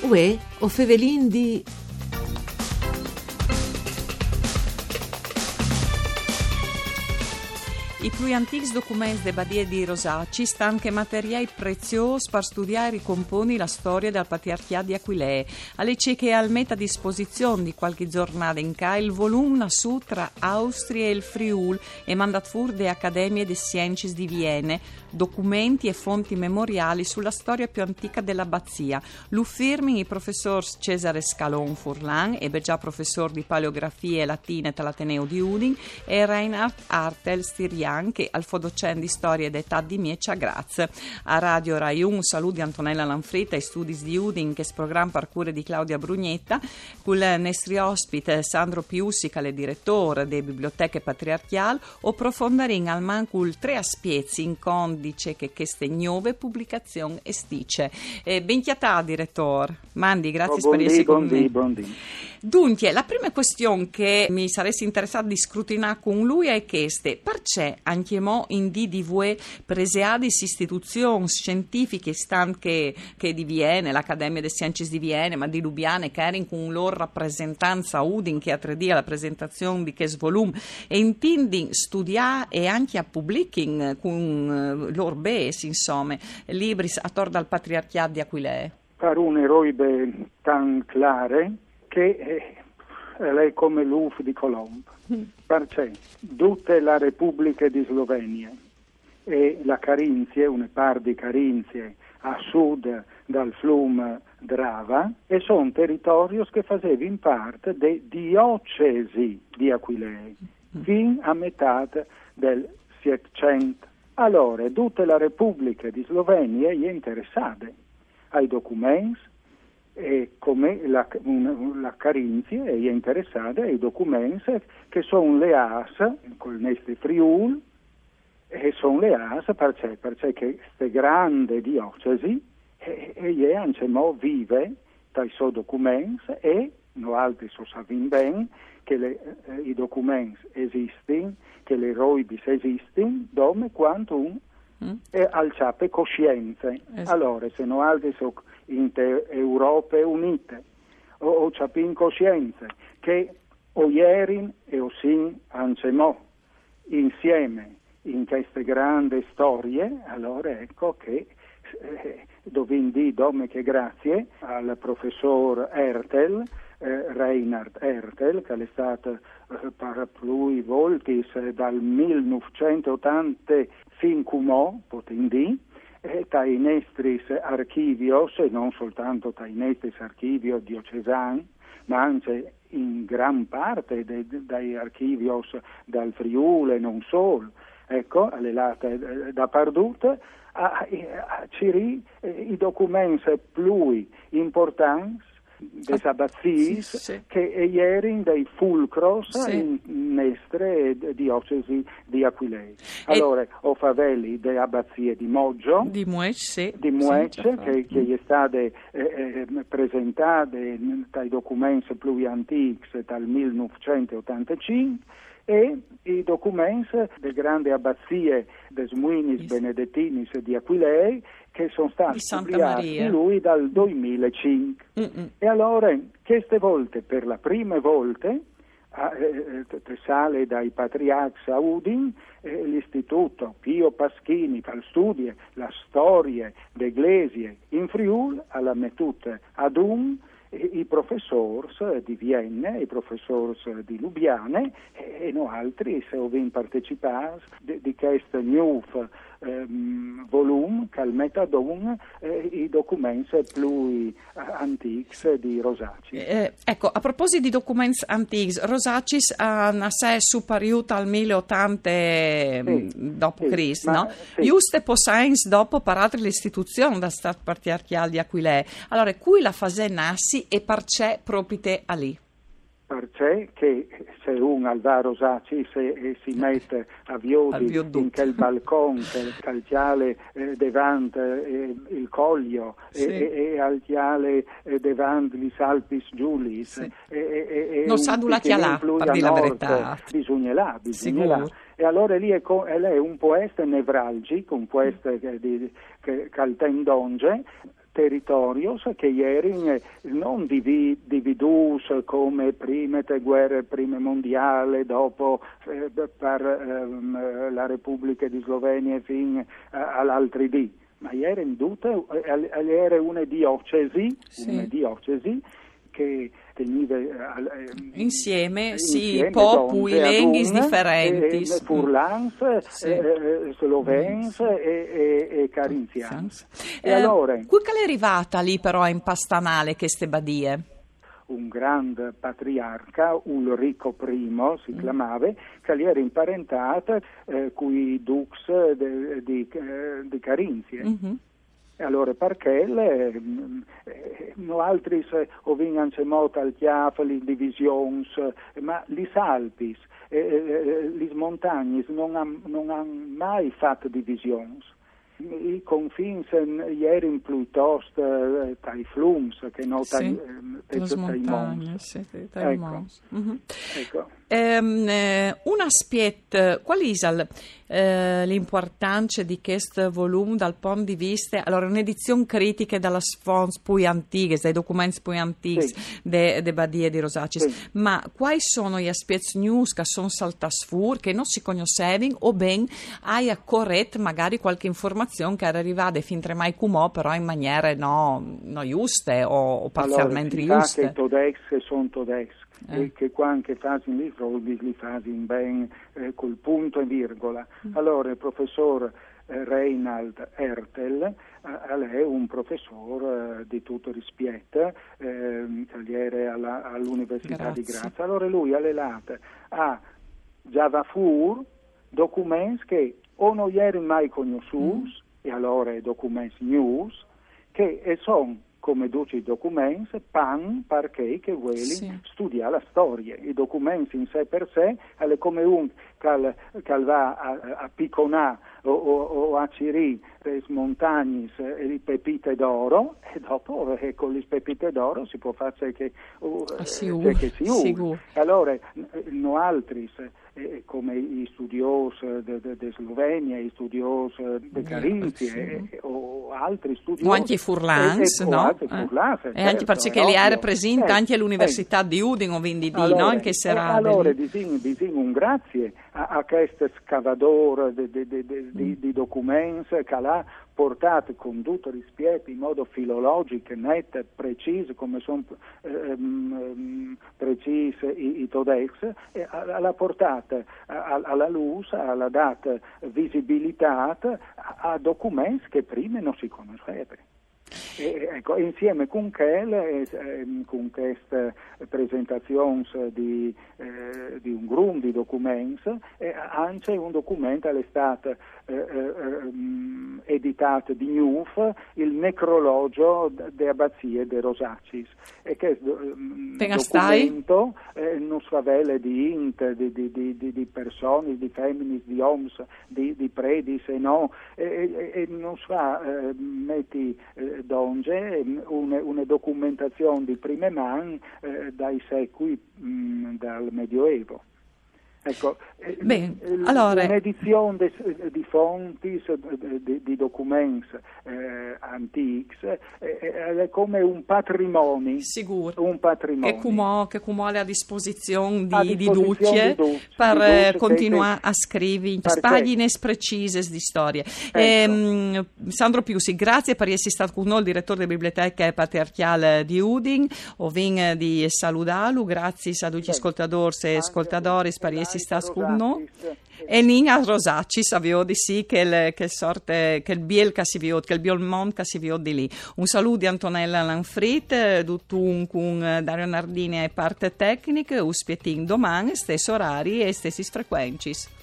Uè, o fevelin di... I più antichi documenti de Badie di Rosacci stanno anche materiali preziosi per studiare e ricomponi la storia del patriarcato di Aquilee. Alle cieche al meta disposizione di qualche giornata in ca il volume su tra Austria e il Friul e mandat fur de Accademie de Sciences di Viene, documenti e fonti memoriali sulla storia più antica dell'abbazia. Lo firmi i professor Cesare Scalon Furlan, e già professor di paleografie latine all'Ateneo di Udin, e Reinhard Artel Stirian, che al fodocen di storia d'età di Mieccia Graz. A Radio Rai 1 saluti di Antonella Lanfrita e studi di Udin, che programma parcure di Claudia Brugnetta, col nostri ospite Sandro Piussi, che è direttore delle biblioteche patriarchiali, o profondarin al mancul tre aspiezi in condice che queste nuove pubblicazioni estice. Ben chiatà, direttore. Mandi, grazie per essere con me. Dunque, la prima questione che mi saresti interessato di scrutinare con lui è questa: perché anche mo in DDV preseadis istituzioni scientifiche stanche che di Viene, l'Accademia delle Sciences di Viene, ma di Lubiane, che erano con loro rappresentanza Udin, che a 3 di la presentazione di che volume, e intending studiare e anche a pubblicare con loro bes, insomma, libri attorno al patriarcato di Aquilee. Per un eroe tan clare che è come l'UF di Colombo, perché tutte le repubbliche di Slovenia e la Carinzie, una par di Carinzie a sud dal fiume Drava, e sono territori che facevano parte delle diocesi di Aquilee fino a metà del Settecento. Allora, tutte le repubbliche di Slovenia sono interessate ai documenti, e come la Carinzia è interessata ai documenti che sono le AS con il nostro Friul, e sono le AS perché queste grandi diocesi e anche mo vive dai suoi documenti, e noi altri so sappiamo bene che i documenti esistono, che le roibis esistono, dove quanto un e al ciappe coscienze. Allora, se noi altri sono in Europe Unite o ciappin coscienze che o ieri e o sin anche mo insieme in queste grandi storie, allora ecco che dovindi dome che grazie al professor Ertel, Reinhard Ertel, che è stato per lui voltis dal 1980 fin cum potendì, dai nostri archivios, e non soltanto dai nostri archivios diocesani, ma anche in gran parte dai archivios dal Friuli e non solo, ecco, alle late da perdute, ci i documenti più importanti des abbazies che ieri dei fulcros in nestre diocesi di Aquilee. Allora, o favelli de abbazie di Moggio, di Muec, che è stata presentata dai documenti più antichi dal 1985, e i documenti delle grandi abbazie des Muinis Benedettinis di Aquilee, che sono stati pubblicati di lui dal 2005. E allora, queste volte, per la prima volta, sale dai patriarchi a Udin, l'istituto Pio Paschini, che studia la storia dell'Eglesia in Friuli, alla mettute ad i professori di Vienna, i professori di Lubiane, e noi altri se abbiamo partecipato di questo new volume che al metadon i documenti più antichi di Rosacci. Ecco, a proposito di documenti antichi, Rosacci ha una sé superiore al 1080 dopo Cristo, no? Giuste possiamo dopo parare l'istituzione da Stato patriarchiale di Aquilee. Allora, cui la fase nassi e perché proprio a lì? Perché che se uno al va a Rosacci si mette a Viodi in quel balcone, che calciale davanti il coglio, e al chiale davanti gli Alpis Giulis, non sa dove la chialà, per dire la verità. Bisogna là. E allora lì è un poeta nevralgico, un poeta che al tendonge, territorios che erano non dividus come prima te guerre prime mondiale, dopo per la Repubblica di Slovenia fino all'altri dì, ma erano tutte, era una diocesi che teniva insieme popoli, lingue differenti, furlans, slovens e carinzians. E allora, qui che è arrivata lì però in Pastanale che ste badie? Un grande patriarca, Ulrico I, si chiamava, che era imparentata con i dux di Carinzie. Mm-hmm. E allora perché no altri ovingan mot al chiaf, le divisioni, ma gli Alpis, le montagne non hanno mai fatto divisioni. I confini erano piuttosto tra i flums che non tra i mons. Ecco. Mm-hmm. Ecco. Un aspetto, qual è l'importanza di questo volume dal punto di vista, allora un'edizione critica dalle fonti più antiche, dai documenti più antichi de Badie di Rosacis, ma quali sono gli aspetti news che sono saltati fuori, che non si conoscevano, o ben hai corretto magari qualche informazione che era arrivata fin tre mai comò, però in maniere no giuste o parzialmente giuste. Allora, che sono tedeschi. E che quando fanno li frodi li fanno ben col punto e virgola. Allora il professor Reinhard Ertel è un professore di tutto rispetto, tagliere all'Università di Grazia. Allora lui ha lelato a Java Fur documenti che o non erano mai conosciuti, e allora documenti news, che sono come tutti i documenti, perché che vuole studiare la storia. I documenti in sé per sé, è come un che va a picconare o a cirì le montagne e le pepite d'oro, e dopo con le pepite d'oro si può fare che si usa. Allora, no altri, come i studiosi di Slovenia, i studiosi di Carinzie o altri studiosi. O anche i Furlans, no? E anche perché li era presente anche all'Università di Udine, quindi allora, anche Serrade. Allora, disegno un grazie a questo scavador di documenti che l'ha portato con tutto rispetto in modo filologico, netto, preciso, come sono precisi i tedeschi, e l'ha portata alla luce, l'ha data visibilità a documenti che prima non si conoscevano. Ecco, insieme con con queste presentazioni di un gruppo di documenti, anche un documento è stato editato di NUF, il necrologio delle abbazie di Rosacis, e che documento non svele di persone, di femmini, di oms, di predis e no, e non fa metti donge una documentazione di prime mani dai secoli dal Medioevo. Ecco, allora, un'edizione di fonti, di documenti antichi, è come un patrimonio. Sicuro. Un patrimonio. Che è a disposizione di Ducce per continuare a scrivere in pagine precise di storie. Ecco. Sandro Piusi, grazie per essere stato con noi, il direttore della Biblioteca Patriarcale di Udine. Ovin di saludarlo, grazie a tutti gli ascoltatori e ascoltatori per essere stati con noi. E Nina Rosacis aveva di sì che il biel che si vede, che il biolmont che si vede di lì. Un saluto di Antonella Lanfrit, con Dario Nardini e parte tecnica, uspietin domani, stessi orari e stessi frequenci.